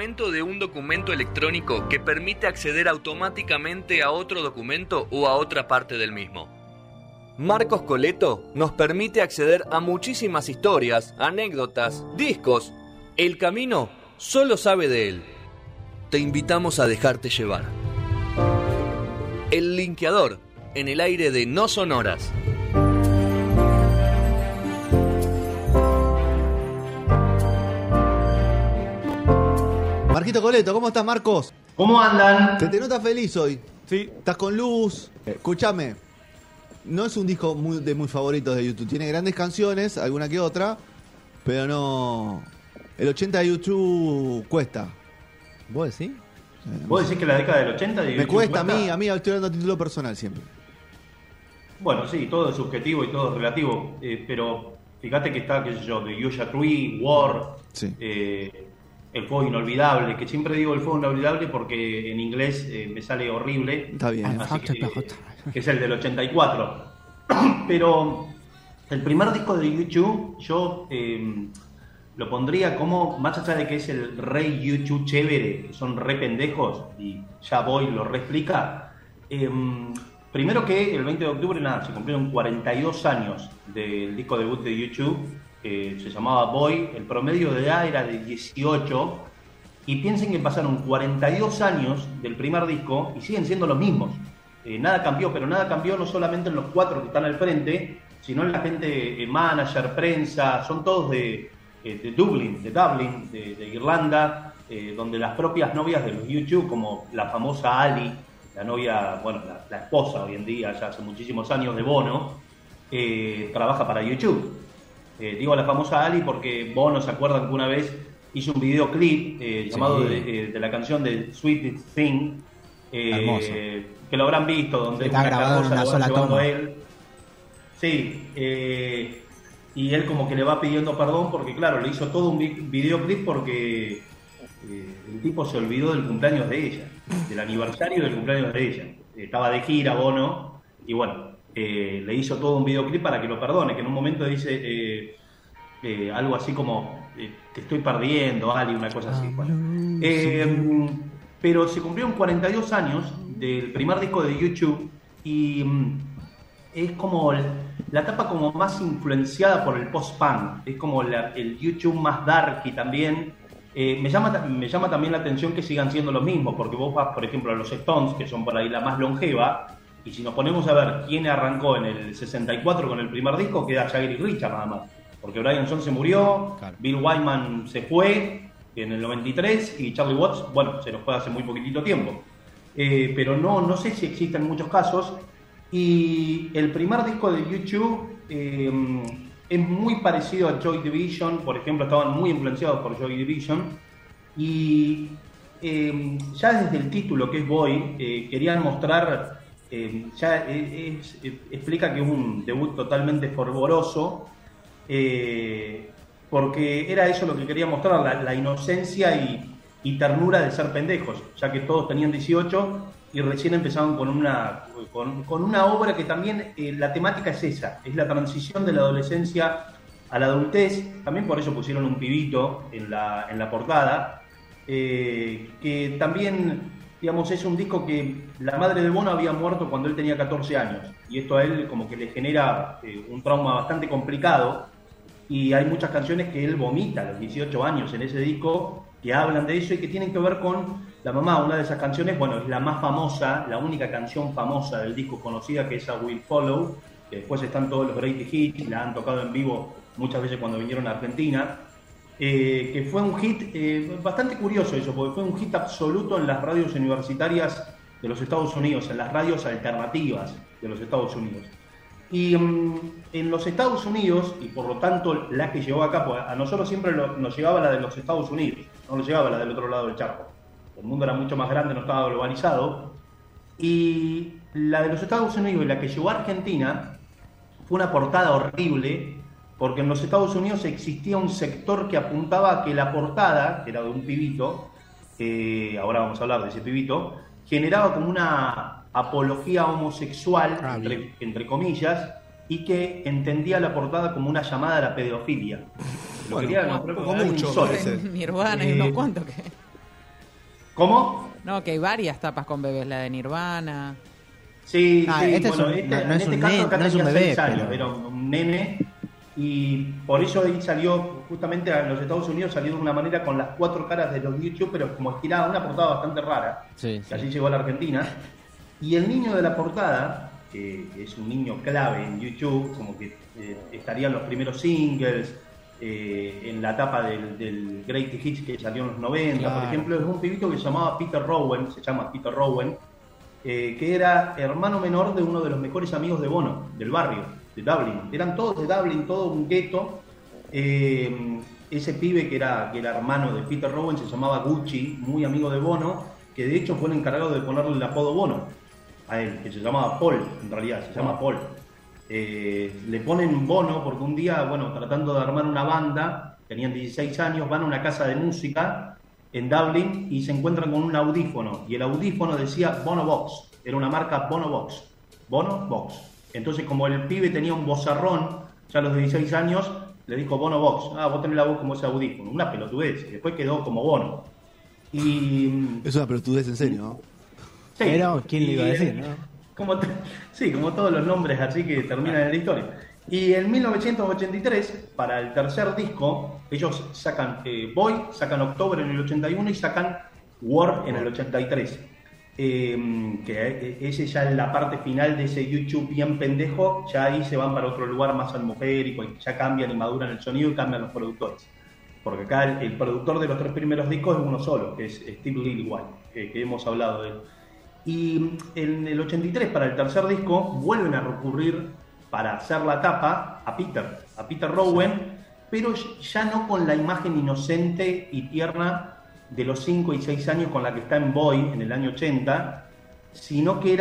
fragmento de un documento electrónico que permite acceder automáticamente a otro documento o a otra parte del mismo. Marcos Coleto nos permite acceder a muchísimas historias, anécdotas, discos. El camino solo sabe de él. Te invitamos a dejarte llevar. El linkeador, en el aire de No Sonoras. Marquito Coleto, ¿cómo estás, Marcos? ¿Cómo andan? Te notas feliz hoy. Sí. Estás con luz. Escúchame, no es un disco de muy favoritos de YouTube. Tiene grandes canciones, alguna que otra, pero no... El 80 de YouTube cuesta. ¿Vos decís? ¿Vos decís que la década del 80 de Me YouTube cuesta a mí estoy dando título personal siempre. Bueno, sí, todo es subjetivo y todo es relativo, pero fíjate que está, qué sé yo, de Joshua Tree, War, Sí. El Fuego Inolvidable, que siempre digo El Fuego Inolvidable porque en inglés me sale horrible. Está bien. Así que es el del 84. Pero el primer disco de YouTube yo lo pondría como, más allá de que es el rey YouTube chévere, que son re pendejos, y ya Boy lo reexplica. Primero que el 20 de octubre se cumplieron 42 años del disco debut de YouTube. Se llamaba Boy, el promedio de edad era de 18, y piensen que pasaron 42 años del primer disco y siguen siendo los mismos. Nada cambió, pero nada cambió no solamente en los 4 que están al frente, sino en la gente, manager, prensa, son todos de Dublín, de Irlanda, donde las propias novias de los YouTube, como la famosa Ali, la novia, bueno, la esposa hoy en día, ya hace muchísimos años de Bono, trabaja para YouTube. Digo la famosa Ali porque Bono, ¿se acuerdan que una vez hizo un videoclip llamado de la canción de Sweetest Thing? Hermoso. Que lo habrán visto, donde está grabado en una sola toma. Él. Sí, y él como que le va pidiendo perdón porque, claro, le hizo todo un videoclip porque el tipo se olvidó del cumpleaños de ella, del aniversario del cumpleaños de ella. Estaba de gira Bono y bueno, le hizo todo un videoclip para que lo perdone, que en un momento dice algo así como te estoy perdiendo, Ali, una cosa así. Bueno. Pero se cumplieron 42 años del primer disco de YouTube y es como la etapa como más influenciada por el post-punk, es como el YouTube más darky también. Me llama también la atención que sigan siendo los mismos, porque vos vas, por ejemplo, a los Stones, que son por ahí la más longeva, y si nos ponemos a ver quién arrancó en el 64 con el primer disco, queda Jagger y Richard nada más. Porque Brian Jones se murió, claro. Bill Wyman se fue en el 93 y Charlie Watts, bueno, se nos fue hace muy poquitito tiempo. Pero no sé si existen muchos casos. Y el primer disco de YouTube es muy parecido a Joy Division, por ejemplo, estaban muy influenciados por Joy Division. Y ya desde el título, que es Boy, querían mostrar... explica que es un debut totalmente fervoroso, porque era eso lo que quería mostrar, la inocencia y ternura de ser pendejos, ya que todos tenían 18 y recién empezaban con una obra que también la temática es esa, es la transición de la adolescencia a la adultez. También por eso pusieron un pibito en la portada, que también... Digamos, es un disco que la madre de Bono había muerto cuando él tenía 14 años y esto a él como que le genera un trauma bastante complicado, y hay muchas canciones que él vomita a los 18 años en ese disco que hablan de eso y que tienen que ver con la mamá. Una de esas canciones, bueno, es la más famosa, la única canción famosa del disco conocida, que es I Will Follow, que después están todos los great hits, la han tocado en vivo muchas veces cuando vinieron a Argentina. Que fue un hit bastante curioso eso, porque fue un hit absoluto en las radios universitarias de los Estados Unidos, en las radios alternativas de los Estados Unidos. Y en los Estados Unidos, y por lo tanto la que llegó acá, pues a nosotros siempre nos llegaba la de los Estados Unidos, no nos llegaba la del otro lado del charco. El mundo era mucho más grande, no estaba globalizado. Y la de los Estados Unidos y la que llegó a Argentina fue una portada horrible, porque en los Estados Unidos existía un sector que apuntaba a que la portada, que era de un pibito, ahora vamos a hablar de ese pibito, generaba como una apología homosexual, entre comillas, y que entendía la portada como una llamada a la pedofilia. Lo Bueno, quería como mucho, insólito. parece. Nirvana y unos cuantos que... ¿Cómo? No, que hay varias tapas con bebés, la de Nirvana. Sí, este bueno, no es un nene, no es un bebé, 6 años, pero... era un nene, y por eso ahí salió, justamente en los Estados Unidos salió de una manera con las 4 caras de los YouTube, pero como estirada, una portada bastante rara, Sí, que así llegó a la Argentina, y el niño de la portada, que es un niño clave en YouTube, como que estarían los primeros singles, en la etapa del Great Hits que salió en los 90, Claro. por ejemplo, es un pibito que se llamaba Peter Rowan, que era hermano menor de uno de los mejores amigos de Bono, del barrio, de Dublin. Eran todos de Dublin, todo un gueto. Ese pibe que era hermano de Peter Rowan se llamaba Gucci, muy amigo de Bono, que de hecho fue el encargado de ponerle el apodo Bono a él, que se llamaba Paul, en realidad, se llama Paul. Le ponen Bono porque un día, bueno, tratando de armar una banda, tenían 16 años, van a una casa de música en Dublin y se encuentran con un audífono, y el audífono decía Bono Box, era una marca Bono Box. Entonces, como el pibe tenía un vozarrón, ya a los 16 años, le dijo Bono Box, vos tenés la voz como ese audífono, una pelotudez, y después quedó como Bono. Y Es una pelotudez en serio, ¿no? sí, Pero, ¿quién le iba a decir, no? Como todos los nombres así que terminan en la historia. Y en 1983, para el tercer disco, ellos sacan Boy, sacan October en el 81 y sacan War en el 83. Que ese ya es la parte final de ese YouTube bien pendejo, ya ahí se van para otro lugar más atmosférico y ya cambian y maduran el sonido y cambian los productores. Porque acá el productor de los 3 primeros discos es uno solo, que es Steve Lillywhite, que hemos hablado de él. Y en el 83, para el tercer disco, vuelven a recurrir para hacer la tapa a Peter Rowan, pero ya no con la imagen inocente y tierna de los 5 y 6 años con la que está en Boy en el año 80, sino que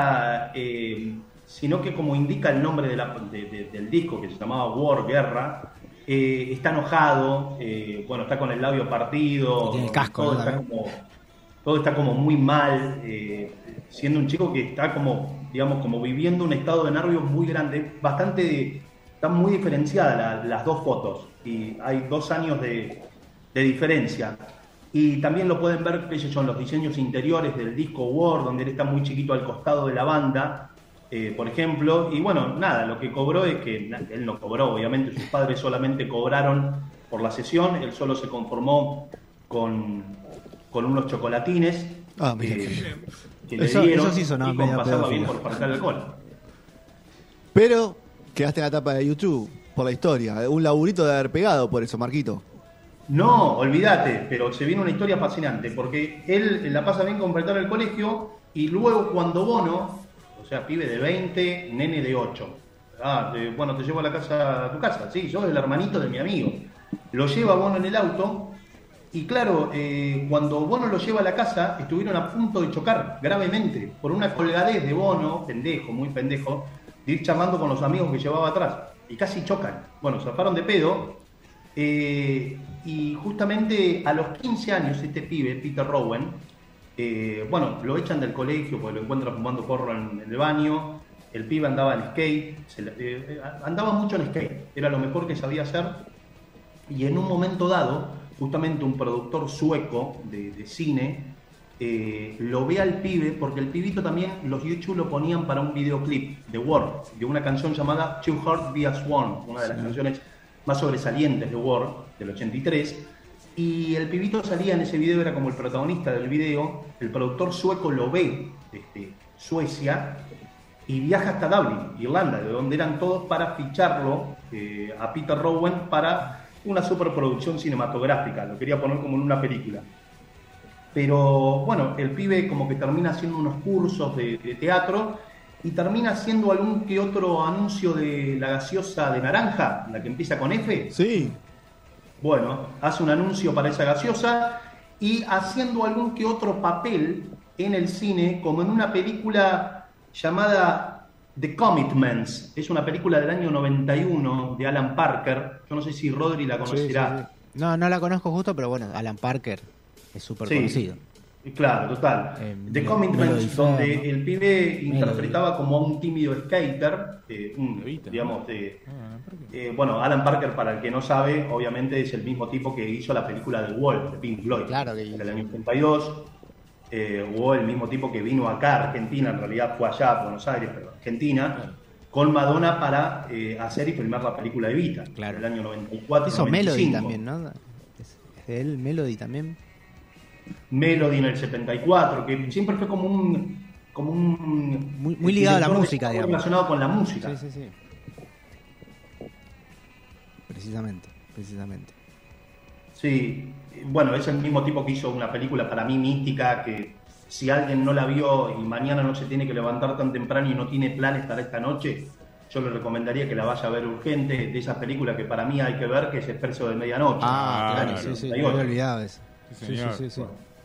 como indica el nombre del disco, que se llamaba War, Guerra, está enojado, está con el labio partido, tiene el casco, todo está como muy mal, siendo un chico que está como viviendo un estado de nervios muy grande, están muy diferenciadas las dos fotos, y hay 2 años de diferencia. Y también lo pueden ver, esos son los diseños interiores del disco War, donde él está muy chiquito al costado de la banda, por ejemplo, y bueno, nada, lo que cobró es que él no cobró, obviamente, sus padres solamente cobraron por la sesión, él solo se conformó con unos chocolatines que le dieron, eso sí sonaba y con medio pasarlo bien pedófilo. por faltar alcohol. Pero quedaste en la tapa de YouTube por la historia. Un laburito de haber pegado por eso, Marquito. No, olvídate, pero se viene una historia fascinante, porque él la pasa bien con faltar al colegio, y luego cuando Bono, o sea, pibe de 20, nene de 8, te llevo a tu casa, sí, yo el hermanito de mi amigo, lo lleva Bono en el auto. Y claro, cuando Bono lo lleva a la casa, estuvieron a punto de chocar gravemente por una colgadez de Bono, muy pendejo, de ir chamando con los amigos que llevaba atrás. Y casi chocan. Bueno, zafaron de pedo. Y justamente a los 15 años, este pibe, Peter Rowan, lo echan del colegio porque lo encuentran fumando porro en el baño. El pibe andaba en skate, andaba mucho en skate, era lo mejor que sabía hacer. Y en un momento dado, justamente un productor sueco de cine lo ve al pibe, porque el pibito también, los YouTube lo ponían para un videoclip de War, de una canción llamada Two Hearts Be As One, una de las canciones más sobresalientes de War, del 83, y el pibito salía en ese video, era como el protagonista del video. El productor sueco lo ve desde Suecia y viaja hasta Dublin, Irlanda, de donde eran todos, para ficharlo a Peter Rowan para una superproducción cinematográfica, lo quería poner como en una película. Pero bueno, el pibe como que termina haciendo unos cursos de teatro y termina haciendo algún que otro anuncio de la gaseosa de naranja, la que empieza con F. Sí. Bueno, hace un anuncio para esa gaseosa y haciendo algún que otro papel en el cine, como en una película llamada The Commitments. Es una película del año 91 de Alan Parker. Yo no sé si Rodri la conocerá. Sí. No la conozco justo, pero bueno, Alan Parker es súper conocido. Claro, total. The Commitments, donde el pibe interpretaba como a un tímido skater, Alan Parker, para el que no sabe, obviamente es el mismo tipo que hizo la película The Wall, de Pink Floyd, claro, del año 82. o el mismo tipo que vino acá a Argentina, en realidad fue allá a Buenos Aires, pero Argentina, con Madonna para hacer y filmar la película Evita, Claro. en el año 94. Hizo 95. Melody también, ¿no? Es de él, Melody también. Melody en el 74, que siempre fue como un Muy ligado a la director de música, cine digamos. relacionado con la música. Sí, sí, sí. Precisamente. Sí, bueno, es el mismo tipo que hizo una película para mí mística, que si alguien no la vio y mañana no se tiene que levantar tan temprano y no tiene planes para esta noche, yo le recomendaría que la vaya a ver urgente, de esas películas que para mí hay que ver, que es Expreso de Medianoche. Claro, del año sí, 78. me había olvidado eso. Sí, señor. Sí.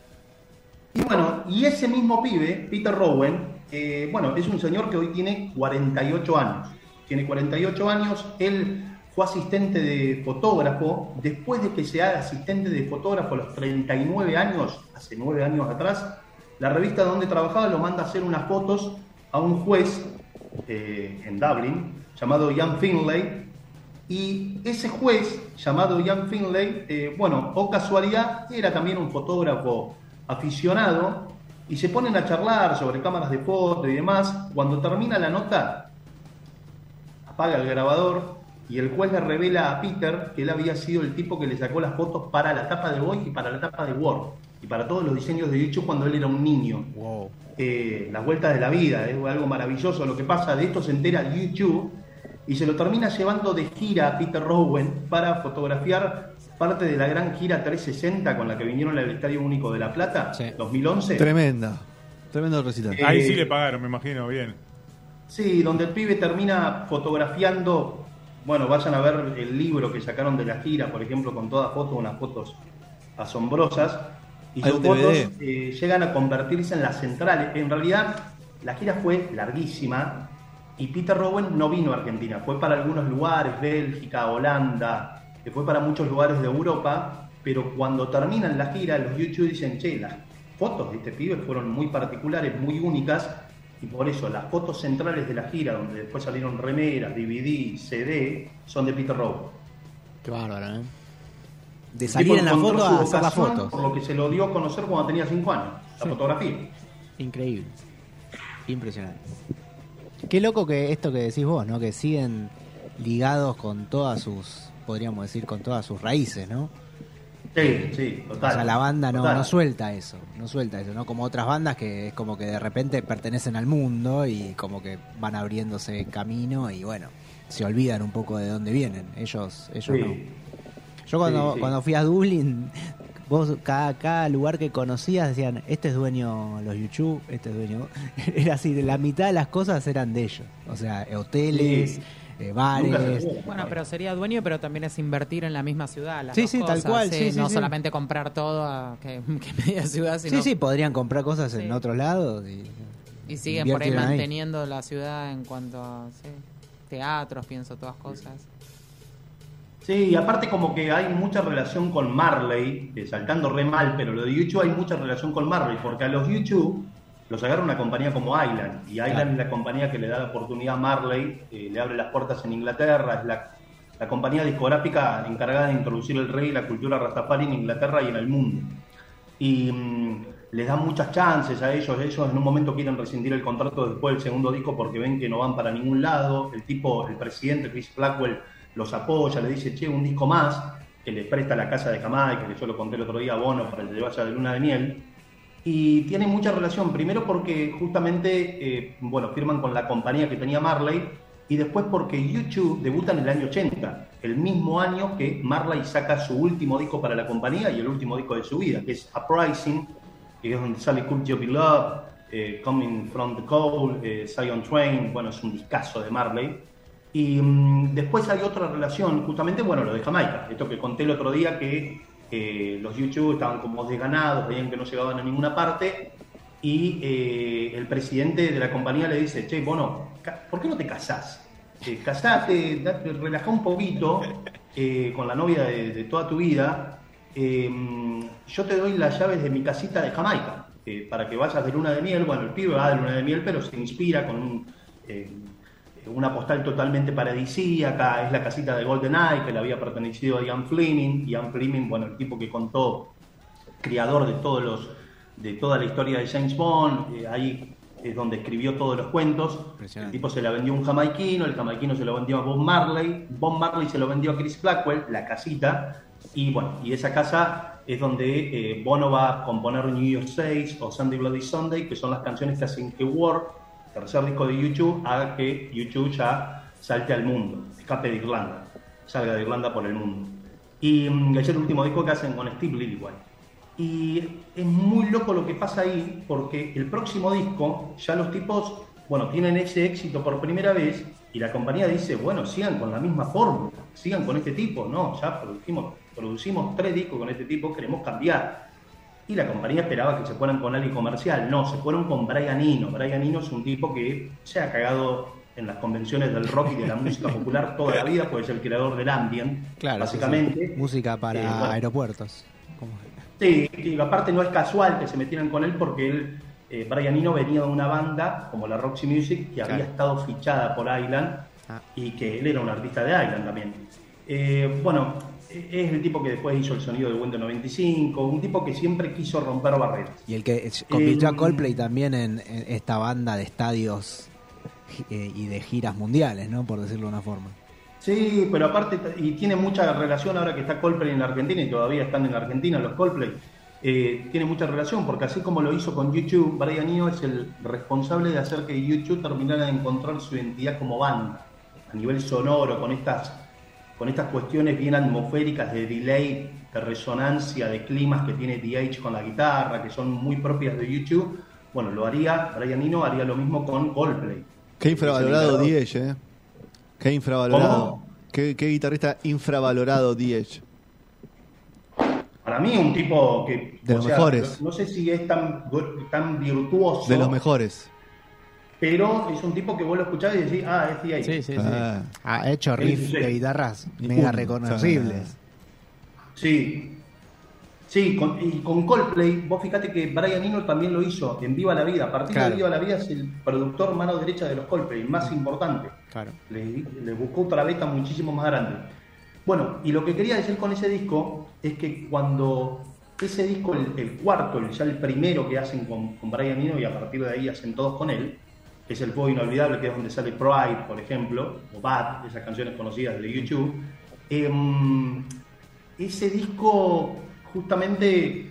Y bueno, y ese mismo pibe, Peter Rowan, bueno, es un señor que hoy tiene 48 años. Tiene 48 años, él fue asistente de fotógrafo. Después de que se haga asistente de fotógrafo a los 39 años, hace 9 años atrás, la revista donde trabajaba lo manda a hacer unas fotos a un juez en Dublin, llamado Ian Finlay. Y ese juez, llamado Ian Finlay, bueno, o casualidad, era también un fotógrafo aficionado, y se ponen a charlar sobre cámaras de foto y demás. Cuando termina la nota, apaga el grabador y el juez le revela a Peter que él había sido el tipo que le sacó las fotos para la tapa de Vogue y para la tapa de Word y para todos los diseños de YouTube cuando él era un niño. Wow. Las vueltas de la vida, es algo maravilloso lo que pasa. De esto se entera YouTube y se lo termina llevando de gira a Peter Rowan para fotografiar parte de la gran gira 360 con la que vinieron al Estadio Único de La Plata, Sí. 2011. Tremendo recital. Ahí sí le pagaron, me imagino, bien. Sí, donde el pibe termina fotografiando. Bueno, vayan a ver el libro que sacaron de la gira, por ejemplo, con todas fotos, unas fotos asombrosas. Y Hay sus un fotos DVD. llegan a convertirse en las centrales. En realidad, la gira fue larguísima y Peter Rowan no vino a Argentina. Fue para algunos lugares, Bélgica, Holanda, que fue para muchos lugares de Europa, pero cuando terminan la gira, los YouTube dicen, che, las fotos de este pibe fueron muy particulares, muy únicas, y por eso las fotos centrales de la gira, donde después salieron remeras, DVD, CD, son de Peter Rowan. Qué bárbaro, ¿eh? De El salir tipo en la encontró foto su a hacer las vocación, fotos. por lo que se lo dio a conocer cuando tenía 5 años, la fotografía. Increíble. Impresionante. Qué loco que esto que decís vos, ¿no? Que siguen ligados con todas sus, podríamos decir, con todas sus raíces, ¿no? Sí, total. O sea, la banda no total. suelta eso, ¿no? Como otras bandas que es como que de repente pertenecen al mundo y como que van abriéndose camino y bueno, se olvidan un poco de dónde vienen. Ellos Sí. no. Yo cuando, Sí. cuando fui a Dublín, vos cada lugar que conocías decían, este es dueño los YouTube, este es dueño... Era así, la mitad de las cosas eran de ellos. O sea, hoteles, Sí. Bares. Nunca se pudo. Bueno, pero sería dueño, pero también es invertir en la misma ciudad. Las Sí, dos sí, tal cosas, cual, sí, no sí. solamente comprar todo que media ciudad, sino Sí, podrían comprar cosas en Sí. otros lados. y siguen por ahí Invierten ahí. manteniendo la ciudad en cuanto a teatros, pienso, todas cosas. Sí, y aparte como que hay mucha relación con Marley, saltando re mal, pero lo de YouTube hay mucha relación con Marley, porque a los YouTube los agarra una compañía como Island, y Island Claro. es la compañía que le da la oportunidad a Marley, le abre las puertas en Inglaterra, es la compañía discográfica encargada de introducir el reggae y la cultura rastafari en Inglaterra y en el mundo. Y les dan muchas chances a ellos en un momento quieren rescindir el contrato después del segundo disco porque ven que no van para ningún lado, el presidente Chris Blackwell los apoya, le dice, che, un disco más, que les presta la casa de Jamaica, que yo lo conté el otro día, Bono, para que le vaya de luna de miel. Y tiene mucha relación, primero porque justamente, firman con la compañía que tenía Marley, y después porque YouTube debuta en el año 80, el mismo año que Marley saca su último disco para la compañía y el último disco de su vida, que es Uprising, que es donde sale Could You Be Love, Coming From The Cold, Zion Train, bueno, es un discazo de Marley. Y después hay otra relación, justamente, bueno, lo de Jamaica, esto que conté el otro día, que los YouTube estaban como desganados, veían que no llegaban a ninguna parte, y el presidente de la compañía le dice, che, Bono, ¿por qué no te casás? Casate, relajá un poquito con la novia de toda tu vida, yo te doy las llaves de mi casita de Jamaica, para que vayas de luna de miel. Bueno, el pibe va de luna de miel, pero se inspira con una postal totalmente paradisíaca, es la casita de GoldenEye, que le había pertenecido a Ian Fleming. Ian Fleming, bueno, el tipo que contó, creador de todos de toda la historia de James Bond. Ahí es donde escribió todos los cuentos. El tipo se la vendió a un jamaiquino, el jamaiquino se lo vendió a Bob Marley se lo vendió a Chris Blackwell, la casita, y bueno, y esa casa es donde Bono va a componer New Year's 6 o Sunday Bloody Sunday, que son las canciones que hacen que War, tercer disco de U2, haga que U2 ya salte al mundo, escape de Irlanda, salga de Irlanda por el mundo. Y es el último disco que hacen con Steve Lillywhite. Y es muy loco lo que pasa ahí, porque el próximo disco, ya los tipos, bueno, tienen ese éxito por primera vez, y la compañía dice, bueno, sigan con la misma fórmula, sigan con este tipo, no, ya producimos 3 discos con este tipo, queremos cambiar. Y la compañía esperaba que se fueran con alguien comercial, no, se fueron con Brian Eno. Brian Eno es un tipo que se ha cagado en las convenciones del rock y de la música popular toda la vida, pues es el creador del ambient, Claro, básicamente. sí. Música para Bueno. aeropuertos. ¿Cómo? Sí, y aparte no es casual que se metieran con él porque él, Brian Eno venía de una banda como la Roxy Music que Claro. había estado fichada por Island y que él era un artista de Island también. Bueno, es el tipo que después hizo el sonido de Windows 95, un tipo que siempre quiso romper barreras. Y el que convirtió a Coldplay también en esta banda de estadios y de giras mundiales, ¿no? Por decirlo de una forma. Sí, pero aparte, y tiene mucha relación ahora que está Coldplay en la Argentina y todavía están en la Argentina los Coldplay, tiene mucha relación porque así como lo hizo con U2, Brian Eno es el responsable de hacer que U2 terminara de encontrar su identidad como banda, a nivel sonoro, con estas cuestiones bien atmosféricas de delay, de resonancia, de climas que tiene DH con la guitarra, que son muy propias de U2. Bueno, Brian Eno haría lo mismo con Coldplay. Qué infravalorado Es el Diez, Qué infravalorado. ¿Cómo? Qué guitarrista infravalorado Diez. Para mí un tipo que... De los mejores. No sé si es tan virtuoso. De los mejores. Pero es un tipo que vos lo escuchás y decís, es DH. Sí, sí, sí. Ah. Ha hecho riffs Sí. de guitarras Y mega punto. reconocibles. Sí. Sí, con Coldplay, vos fíjate que Brian Eno también lo hizo en Viva la Vida. A partir Claro. de Viva la Vida es el productor mano derecha de los Coldplay, más importante. Claro. Le buscó otra beta muchísimo más grande. Bueno, y lo que quería decir con ese disco es que cuando ese disco, el cuarto, ya el primero que hacen con Brian Eno y a partir de ahí hacen todos con él, que es el Fuego Inolvidable, que es donde sale Pride, por ejemplo, o Bad, esas canciones conocidas de YouTube, ese disco justamente,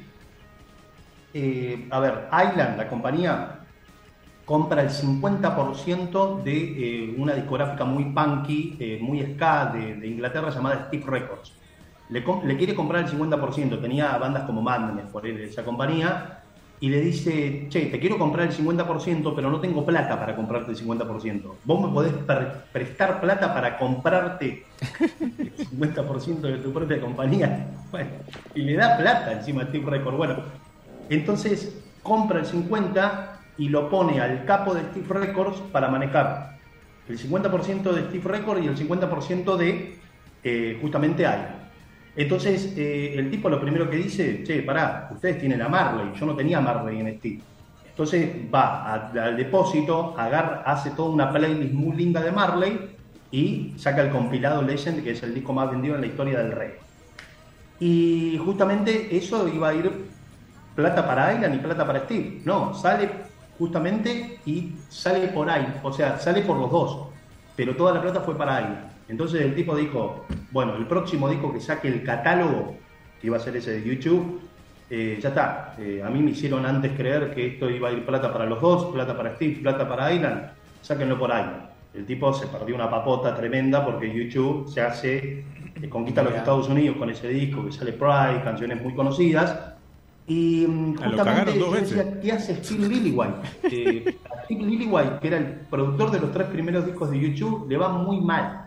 Island, la compañía, compra el 50% de una discográfica muy punky, muy ska de Inglaterra llamada Stiff Records. Le quiere comprar el 50%, tenía bandas como Madness por esa compañía, y le dice, che, te quiero comprar el 50%, pero no tengo plata para comprarte el 50%. ¿Vos me podés prestar plata para comprarte el 50% de tu propia compañía? Bueno, y le da plata encima a Stiff Records. Bueno, entonces compra el 50% y lo pone al capo de Stiff Records para manejar el 50% de Stiff Records y el 50% de justamente Island. Entonces el tipo lo primero que dice, che, pará, ustedes tienen a Marley, yo no tenía Marley en Steve. Entonces va al depósito, hace toda una playlist muy linda de Marley y saca el compilado Legend, que es el disco más vendido en la historia del reggae. Y justamente eso iba a ir plata para Island y plata para Steve. No, sale justamente y sale por ahí, o sea, sale por los dos, pero toda la plata fue para Island. Entonces el tipo dijo, bueno, el próximo disco que saque el catálogo, que iba a ser ese de YouTube, ya está. A mí me hicieron antes creer que esto iba a ir plata para los dos, plata para Steve, plata para Island, sáquenlo por Island. El tipo se perdió una papota tremenda porque YouTube se hace, conquista los Estados Unidos con ese disco que sale Pride, canciones muy conocidas. Y justamente cagaron dos yo veces. decía, ¿qué hace Steve Lillywhite? A Steve Lillywhite, que era el productor de los 3 primeros discos de YouTube, le va muy mal.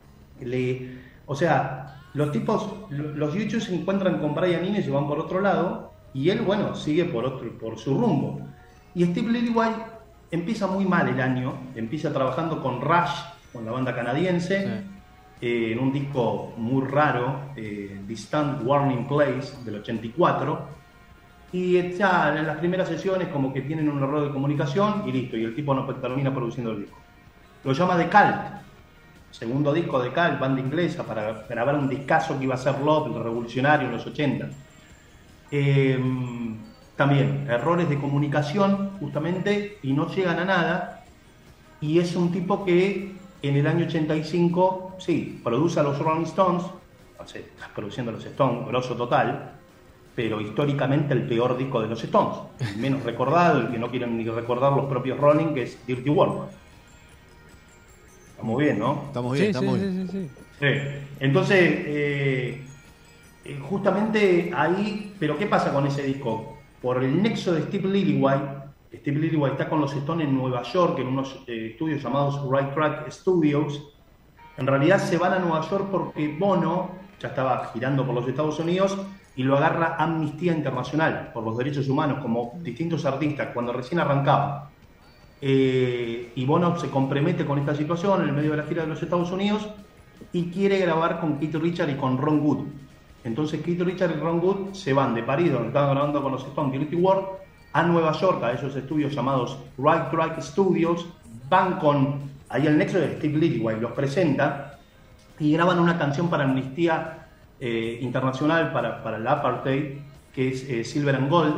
O sea, los YouTube se encuentran con Brian Eno y se van por otro lado, y él, bueno, sigue por su rumbo. Y Steve Lillywhite empieza muy mal el año, empieza trabajando con Rush, con la banda canadiense, en un disco muy raro, Distant Warning Place, del 84, y ya en las primeras sesiones como que tienen un error de comunicación y listo, y el tipo no termina produciendo el disco. Lo llama The Cult, segundo disco de Cult, banda inglesa, para grabar un discazo que iba a ser Love, el revolucionario en los 80. También, errores de comunicación, justamente, y no llegan a nada. Y es un tipo que en el año 85, sí, produce a los Rolling Stones, o sea, está produciendo a los Stones, grosso total, pero históricamente el peor disco de los Stones, el menos recordado, el que no quieren ni recordar los propios Rolling, que es Dirty World. Estamos bien, ¿no? Estamos bien, estamos bien. Sí. Entonces, justamente ahí, pero ¿qué pasa con ese disco? Por el nexo de Steve Lillywhite está con los Stones en Nueva York, en unos estudios llamados Right Track Studios. En realidad se van a Nueva York porque Bono ya estaba girando por los Estados Unidos y lo agarra Amnistía Internacional por los derechos humanos, como distintos artistas, cuando recién arrancaban. Y Bono se compromete con esta situación en el medio de la gira de los Estados Unidos y quiere grabar con Keith Richards y con Ron Wood. Entonces Keith Richards y Ron Wood se van de París, donde estaban grabando con los Stones Dirty World, a Nueva York, a esos estudios llamados Right Track Studios. Van con ahí el nexo de Steve Lillywhite, los presenta y graban una canción para Amnistía Internacional, para el Apartheid, que es Silver and Gold.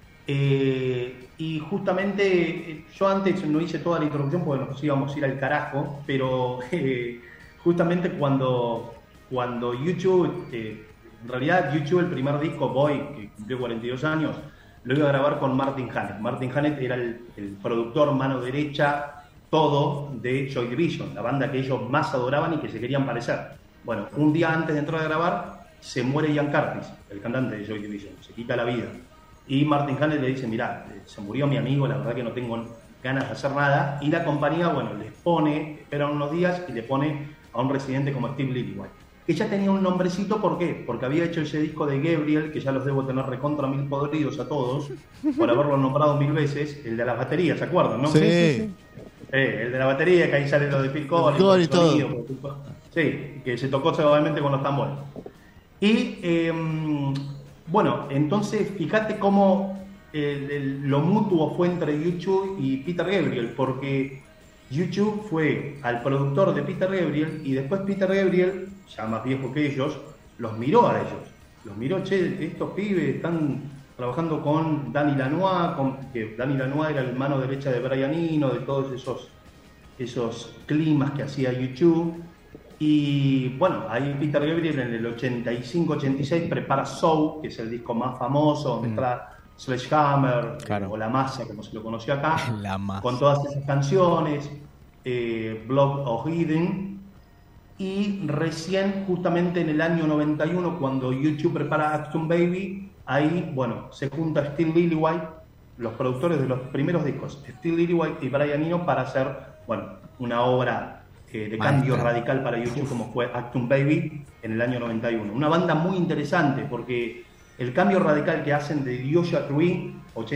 Y justamente yo antes no hice toda la introducción porque nos íbamos a ir al carajo, pero justamente cuando YouTube, en realidad YouTube, el primer disco, Boy, que cumplió 42 años, lo iba a grabar con Martin Hannett. Martin Hannett era el productor, mano derecha, todo de Joy Division, la banda que ellos más adoraban y que se querían parecer. Bueno, un día antes de entrar a grabar, se muere Ian Curtis, el cantante de Joy Division, se quita la vida. Y Martin Hannett le dice, mirá, se murió mi amigo, la verdad que no tengo ganas de hacer nada. Y la compañía, bueno, les pone, esperan unos días y le pone a un residente como Steve Lillywhite, que ya tenía un nombrecito. ¿Por qué? Porque había hecho ese disco de Gabriel, que ya los debo tener recontra mil podridos a todos, por haberlo nombrado 1000 veces, el de las baterías, ¿se acuerdan, no? Sí. El de la batería, que ahí sale lo de Phil Collins, y todo. Sí, que se tocó obviamente con los tambores. Y bueno, entonces fíjate cómo lo mutuo fue entre YouTube y Peter Gabriel, porque YouTube fue al productor de Peter Gabriel y después Peter Gabriel, ya más viejo que ellos, los miró a ellos. Los miró, che, estos pibes están trabajando con Danny Lanois, que Danny Lanois era el mano derecha de Brian Eno, de todos esos climas que hacía YouTube. Y bueno, ahí Peter Gabriel en el 85-86 prepara Soul, que es el disco más famoso, donde está Sledgehammer, claro, o La Masa, como se lo conoció acá, La Masa, con todas esas canciones, Blood of Eden. Y recién, justamente en el año 91, cuando YouTube prepara Achtung Baby, ahí, bueno, se junta Steve Lillywhite, los productores de los primeros discos, Steve Lillywhite y Brian Eno, para hacer, bueno, una obra de cambio radical para YouTube, como fue Achtung Baby en el año 91. Una banda muy interesante, porque el cambio radical que hacen de Joshua Tree,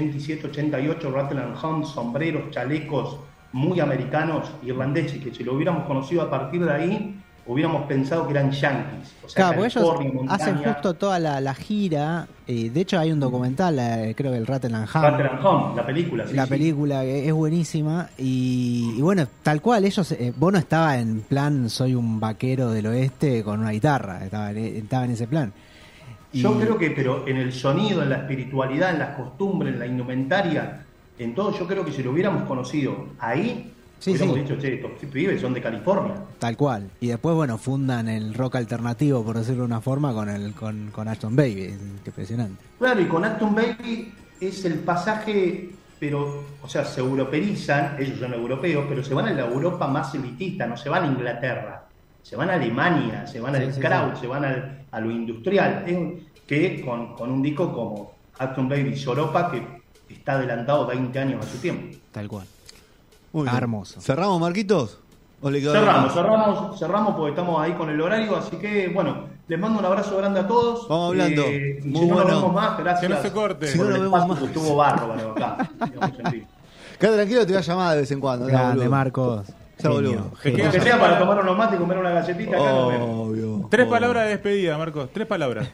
87-88, Rattle and Hum, sombreros, chalecos muy americanos, irlandeses, que si lo hubiéramos conocido a partir de ahí, hubiéramos pensado que eran yankees. O sea, claro, porque ellos hacen justo toda la gira. De hecho, hay un documental, creo que el Rattle and Hum. Rattle and Hum, la película. Sí, la película es buenísima. Y bueno, tal cual, ellos. Bono estaba en plan, soy un vaquero del oeste con una guitarra. Estaba en ese plan. Yo creo que, pero en el sonido, en la espiritualidad, en las costumbres, en la indumentaria, en todo, yo creo que si lo hubiéramos conocido ahí, hubiéramos dicho, che, estos pibes son de California. Tal cual. Y después, bueno, fundan el rock alternativo, por decirlo de una forma, con Achtung Baby. Es impresionante. Claro, y con Achtung Baby es el pasaje, pero, o sea, se europeizan, ellos son europeos, pero se van a la Europa más elitista, no se van a Inglaterra, se van a Alemania, se van al crowd, se van a lo industrial, que con un disco como Achtung Baby Europa, que está adelantado 20 años a su tiempo. Tal cual. Muy bien. Hermoso. ¿Cerramos, Marquitos? ¿O le quedó Cerramos porque estamos ahí con el horario, así que bueno, les mando un abrazo grande a todos. Vamos hablando. Muy si no nos vemos más, gracias. Que no se corte. Si no nos vemos más. Estuvo bárbaro acá. Quédate tranquilo, te voy a llamar de vez en cuando. Grande, Marcos. Boludo. Que sea para tomar unos mates y comer una galletita, acá nos vemos. Obvio. 3 palabras de despedida, Marcos. 3 palabras.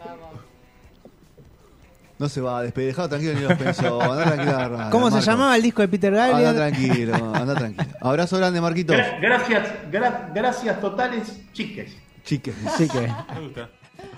No se va a despedir, dejado tranquilo ni los pensó. Andá tranquilo a la radio, ¿Cómo Marcos. se llamaba el disco de Peter Gabriel? Anda tranquilo. Abrazo grande, Marquitos. Gracias totales, chiques. Chiques. Sí que. Me gusta.